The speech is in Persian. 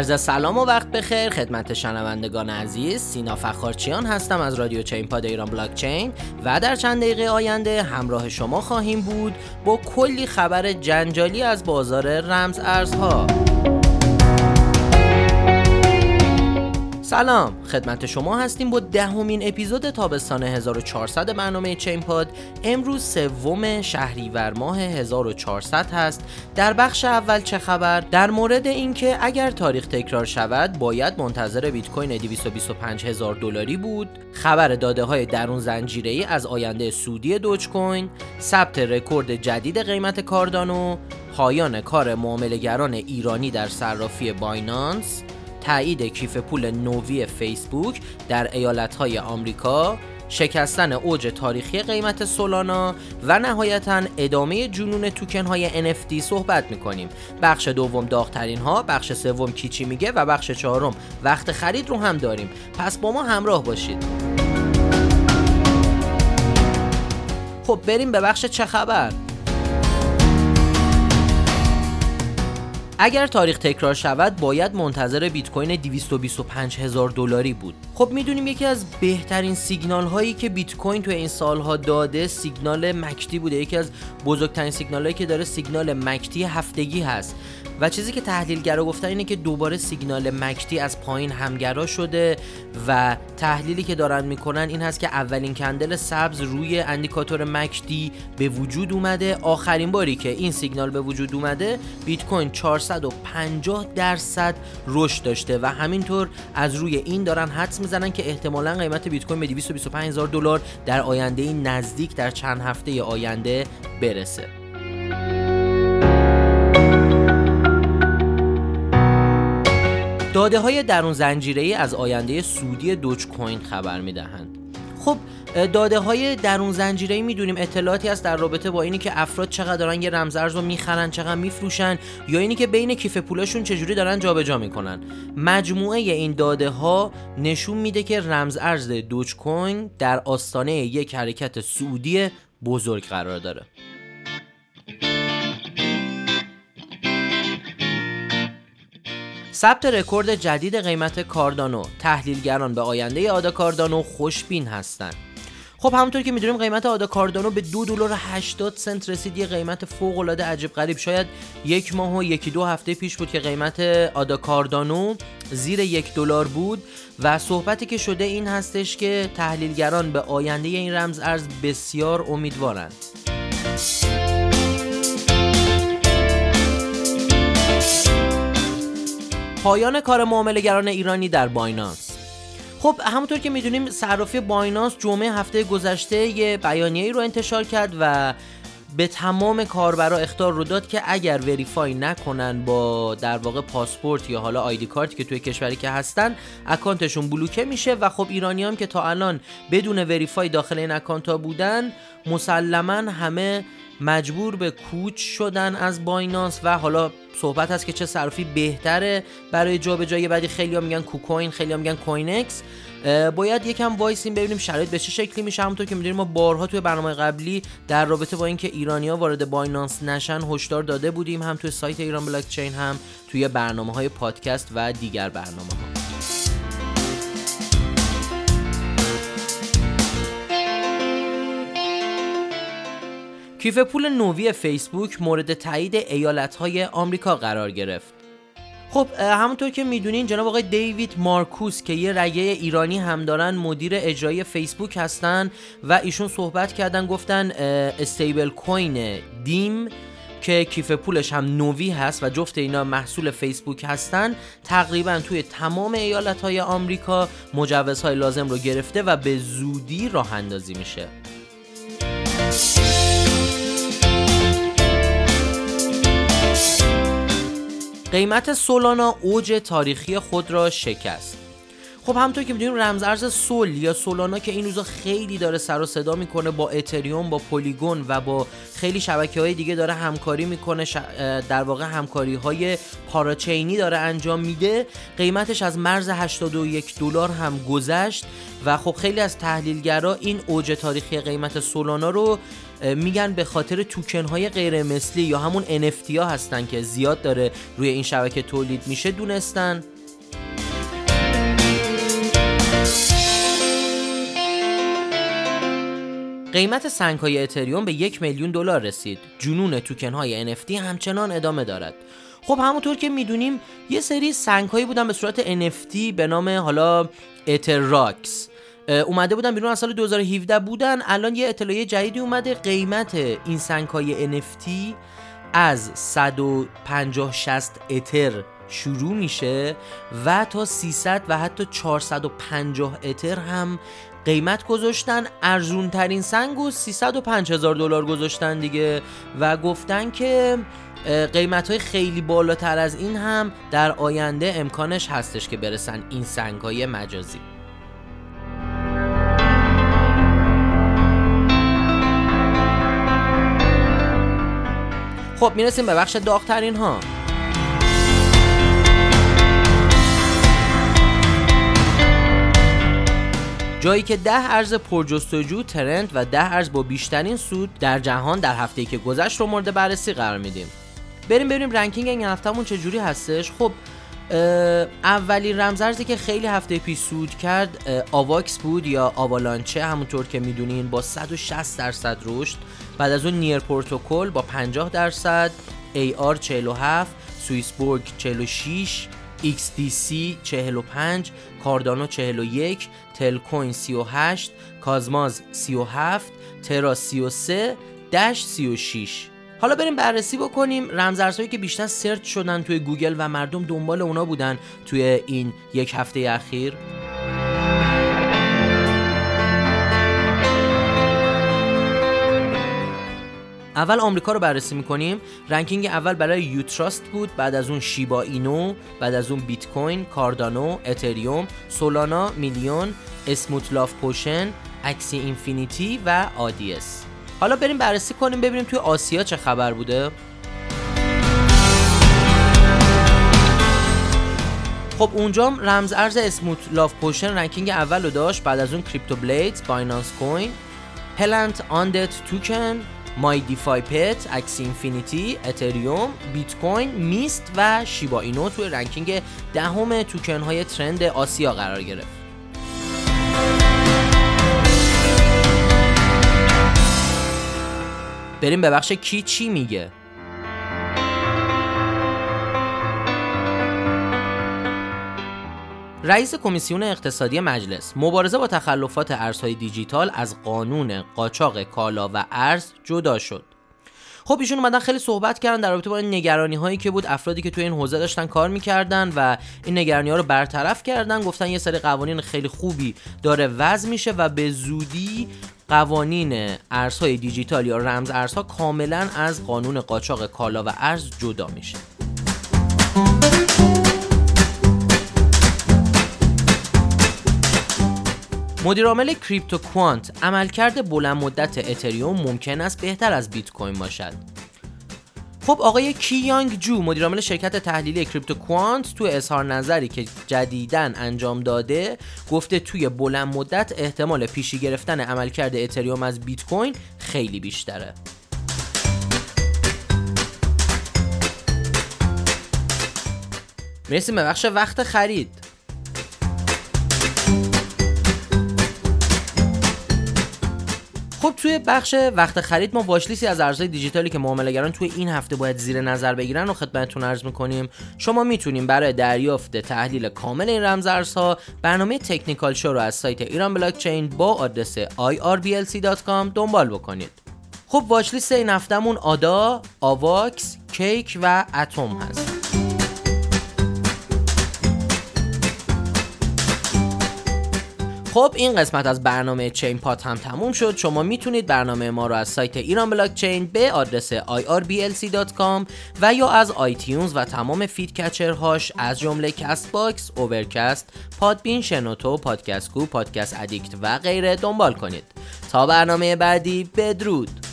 عرض سلام و وقت بخیر خدمت شنوندگان عزیز. سینا فخارچیان هستم از رادیو چینپاد ایران بلاکچین و در چند دقیقه آینده همراه شما خواهیم بود با کلی خبر جنجالی از بازار رمز ارزها. سلام، خدمت شما هستیم با 10مین اپیزود تابستان 1400 برنامه چینپاد. امروز 3 شهریور ماه 1400 هست. در بخش اول چه خبر؟ در مورد اینکه اگر تاریخ تکرار شود باید منتظر بیت کوین 225000 دلاری بود، خبر داده‌های درون زنجیره‌ای از آینده سودی دوج کوین، ثبت رکورد جدید قیمت کاردانو، پایان کار معامله‌گران ایرانی در صرافی بایننس، تایید کیف پول نوی فیسبوک در ایالت‌های آمریکا، شکستن اوج تاریخی قیمت سولانا و نهایتاً ادامه جنون توکن‌های NFT صحبت می‌کنیم. بخش دوم داغ‌ترین ها، بخش سوم کیچی میگه و بخش چهارم وقت خرید رو هم داریم. پس با ما همراه باشید. خب بریم به بخش چه خبر. اگر تاریخ تکرار شود باید منتظر بیت کوین 225000 دلاری بود. خب میدونیم یکی از بهترین سیگنال هایی که بیت کوین تو این سالها داده سیگنال مکتی بوده. یکی از بزرگترین سیگنال هایی که داره سیگنال مکتی هفتگی هست و چیزی که تحلیلگرا گفتن اینه که دوباره سیگنال مکتی از پایین همگرا شده و تحلیلی که دارن میکنن این هست که اولین کندل سبز روی اندیکاتور مکتی به وجود اومده. آخرین باری که این سیگنال به وجود اومده بیت کوین 450% رشد داشته و همینطور از روی این دارن حدس میزنن که احتمالاً قیمت بیت کوین به 225000 دلار در آینده نزدیک در چند هفته آینده برسه. داده‌های درون زنجیره‌ای از آینده سودی دوج کوین خبر می‌دهند. خب داده‌های درون زنجیره‌ای می‌دونیم اطلاعاتی هست در رابطه با اینی که افراد چقدر دارن یه رمز ارز رو می‌خرن، چقدر می‌فروشن، یا اینی که بین کیف پولاشون چجوری دارن جابجا می‌کنن. مجموعه این داده‌ها نشون میده که رمز ارز دوج کوین در آستانه یک حرکت سعودی بزرگ قرار داره. ثبت رکورد جدید قیمت کاردانو. تحلیلگران به آینده آدا کاردانو خوشبین هستند. خب همونطور که میدونیم قیمت آدا کاردانو به $2.80 رسید. یه قیمت فوق العاده عجیب غریب. شاید یک ماه و یکی دو هفته پیش بود که قیمت آدا کاردانو زیر $1 بود و صحبتی که شده این هستش که تحلیلگران به آینده این رمز ارز بسیار امیدوارند. پایان کار معامله‌گران ایرانی در بایننس. خب همونطور که میدونیم صرافی بایننس جمعه هفته گذشته یه بیانیه‌ای رو انتشار کرد و به تمام کاربرا اخطار رو داد که اگر وریفای نکنن با در واقع پاسپورت یا حالا آیدی کارت که توی کشوری که هستن اکانتشون بلوکه میشه و خب ایرانیام که تا الان بدون وریفای داخل این اکانت‌ها بودن مسلماً همه مجبور به کوچ شدن از بایننس و حالا صحبت هست که چه صرافی بهتره برای جابجایی. بعدی خیلی‌ها میگن کوکوین، خیلی‌ها میگن کوینکس. باید یکم وایسیم ببینیم شرایط به چه شکلی میشه. همونطور که میدونیم ما بارها توی برنامه قبلی در رابطه با اینکه ایرانی‌ها وارد بایننس نشن هشدار داده بودیم، هم توی سایت ایران بلاکچین هم توی برنامه‌های پادکست و دیگر برنامه‌ها. کیف پول نوی فیسبوک مورد تایید ایالت‌های آمریکا قرار گرفت. خب همونطور که میدونین جناب آقای دیوید مارکوس که یه رگه ایرانی هم دارن مدیر اجرایی فیسبوک هستن و ایشون صحبت کردن، گفتن استیبل کوین دیم که کیف پولش هم نوی هست و جفت اینا محصول فیسبوک هستن تقریبا توی تمام ایالت‌های آمریکا مجوزهای لازم رو گرفته و به زودی راه اندازی میشه. قیمت سولانا اوج تاریخی خود را شکست. خب همونطور که می‌دونیم رمز ارز سول یا سولانا که این روزا خیلی داره سر و صدا میکنه با اتریوم، با پولیگون و با خیلی شبکه‌های دیگه داره همکاری میکنه، در واقع همکاری‌های پاراچینی داره انجام میده. قیمتش از مرز $81 هم گذشت و خب خیلی از تحلیلگرا این اوج تاریخی قیمت سولانا رو میگن به خاطر توکن‌های غیر مثلی یا همون NFT ها هستن که زیاد داره روی این شبکه تولید میشه دونستن. قیمت سنگ‌های اتریوم به $1,000,000 رسید. جنون توکن‌های NFT همچنان ادامه دارد. خب همونطور که میدونیم یه سری سنگ‌هایی بودن به صورت NFT به نام حالا اتراکس اومده بودن بیرون از سال 2017 بودن. الان یه اطلاعیه جدیدی اومده، قیمت این سنگ‌های NFT از 150-60 اتر شروع میشه و تا 300 و حتی 450 اتر هم قیمت گذاشتن. ارزون ترین سنگو $305,000 گذاشتن دیگه و گفتن که قیمت‌های خیلی بالاتر از این هم در آینده امکانش هستش که برسن این سنگ‌های مجازی. خب میرسیم به بخش داغ‌ترین ها. جایی که 10 ارز پرجستجو، ترند و 10 ارز با بیشترین سود در جهان در هفته‌ای که گذشت رو مورد بررسی قرار میدیم. بریم ببینیم رنکینگ این هفتهمون چجوری هستش. خب اولین رمزارزی که خیلی هفته پیش سود کرد آواکس بود یا آوالانچه، همونطور که میدونین با 160% رشد. بعد از اون نیر پروتکل با 50%، AR 47، سوئیسبورگ 46، XDC 45، کاردانو 41، تلکوین 38، کازماز 37، ترا 33، دش 36. حالا بریم بررسی بکنیم رمزارزهایی که بیشتر سرچ شدن توی گوگل و مردم دنبال اونا بودن توی این یک هفته اخیر. اول آمریکا رو بررسی میکنیم. رنکینگ اول برای یوتراست بود، بعد از اون شیبا اینو، بعد از اون بیت کوین، کاردانو، اتریوم، سولانا، میلیون، اسموت لاف پوشن، اکسی اینفینیتی و آدیس. حالا بریم بررسی کنیم ببینیم توی آسیا چه خبر بوده. خب اونجام رمز ارز اسموت لاف پوشن رنکینگ اول رو داشت، بعد از اون کریپتو بلیدز، بایننس کوین، پلنت آندت توکن، مای دیفای پت، اکسی اینفینیتی، اتریوم، بیت کوین، میست و شیبا اینو توی رنکینگ دهم توکن های ترند آسیا قرار گرفت. بریم به بخش کی چی میگه. رئیس کمیسیون اقتصادی مجلس: مبارزه با تخلفات ارزهای دیجیتال از قانون قاچاق کالا و ارز جدا شد. خب ایشون اومدن خیلی صحبت کردن در رابطه با این نگرانی هایی که بود افرادی که توی این حوزه داشتن کار میکردن و این نگرانی ها رو برطرف کردن. گفتن یه سری قوانین خیلی خوبی داره وضع میشه و به زودی قوانین ارزهای دیجیتال یا رمز ارزها کاملا از قانون قاچاق کالا و ارز جدا میشه. مدیرعامل کریپتو کوانت: عملکرد بلند مدت اتریوم ممکن است بهتر از بیت کوین باشد. خب آقای کی یانگ جو مدیرعامل شرکت تحلیلی کریپتو کوانت تو اظهار نظری که جدیداً انجام داده گفته توی بلند مدت احتمال پیشی گرفتن عملکرد اتریوم از بیت کوین خیلی بیشتره. میرسیم به بخش وقت خرید. خب توی بخش وقت خرید ما واچلیستی از ارزهای دیجیتالی که معامله‌گران توی این هفته باید زیر نظر بگیرن رو خدمتتون عرض می‌کنیم. شما میتونیم برای دریافت تحلیل کامل این رمزارزها برنامه تکنیکال شو رو از سایت ایران بلاکچین با آدرس irblc.com دنبال بکنید. خب واچلیست این هفتهمون آدا، آواکس، کیک و اتم هست. خب این قسمت از برنامه چین پاد هم تموم شد. شما میتونید برنامه ما رو از سایت ایران بلاکچین به آدرس irblc.com و یا از آیتیونز و تمام فید کچرهاش از جمله کست باکس، اوورکست، پادبین، شنوتو، پادکست کو، پادکست ادیکت و غیره دنبال کنید. تا برنامه بعدی، بدرود.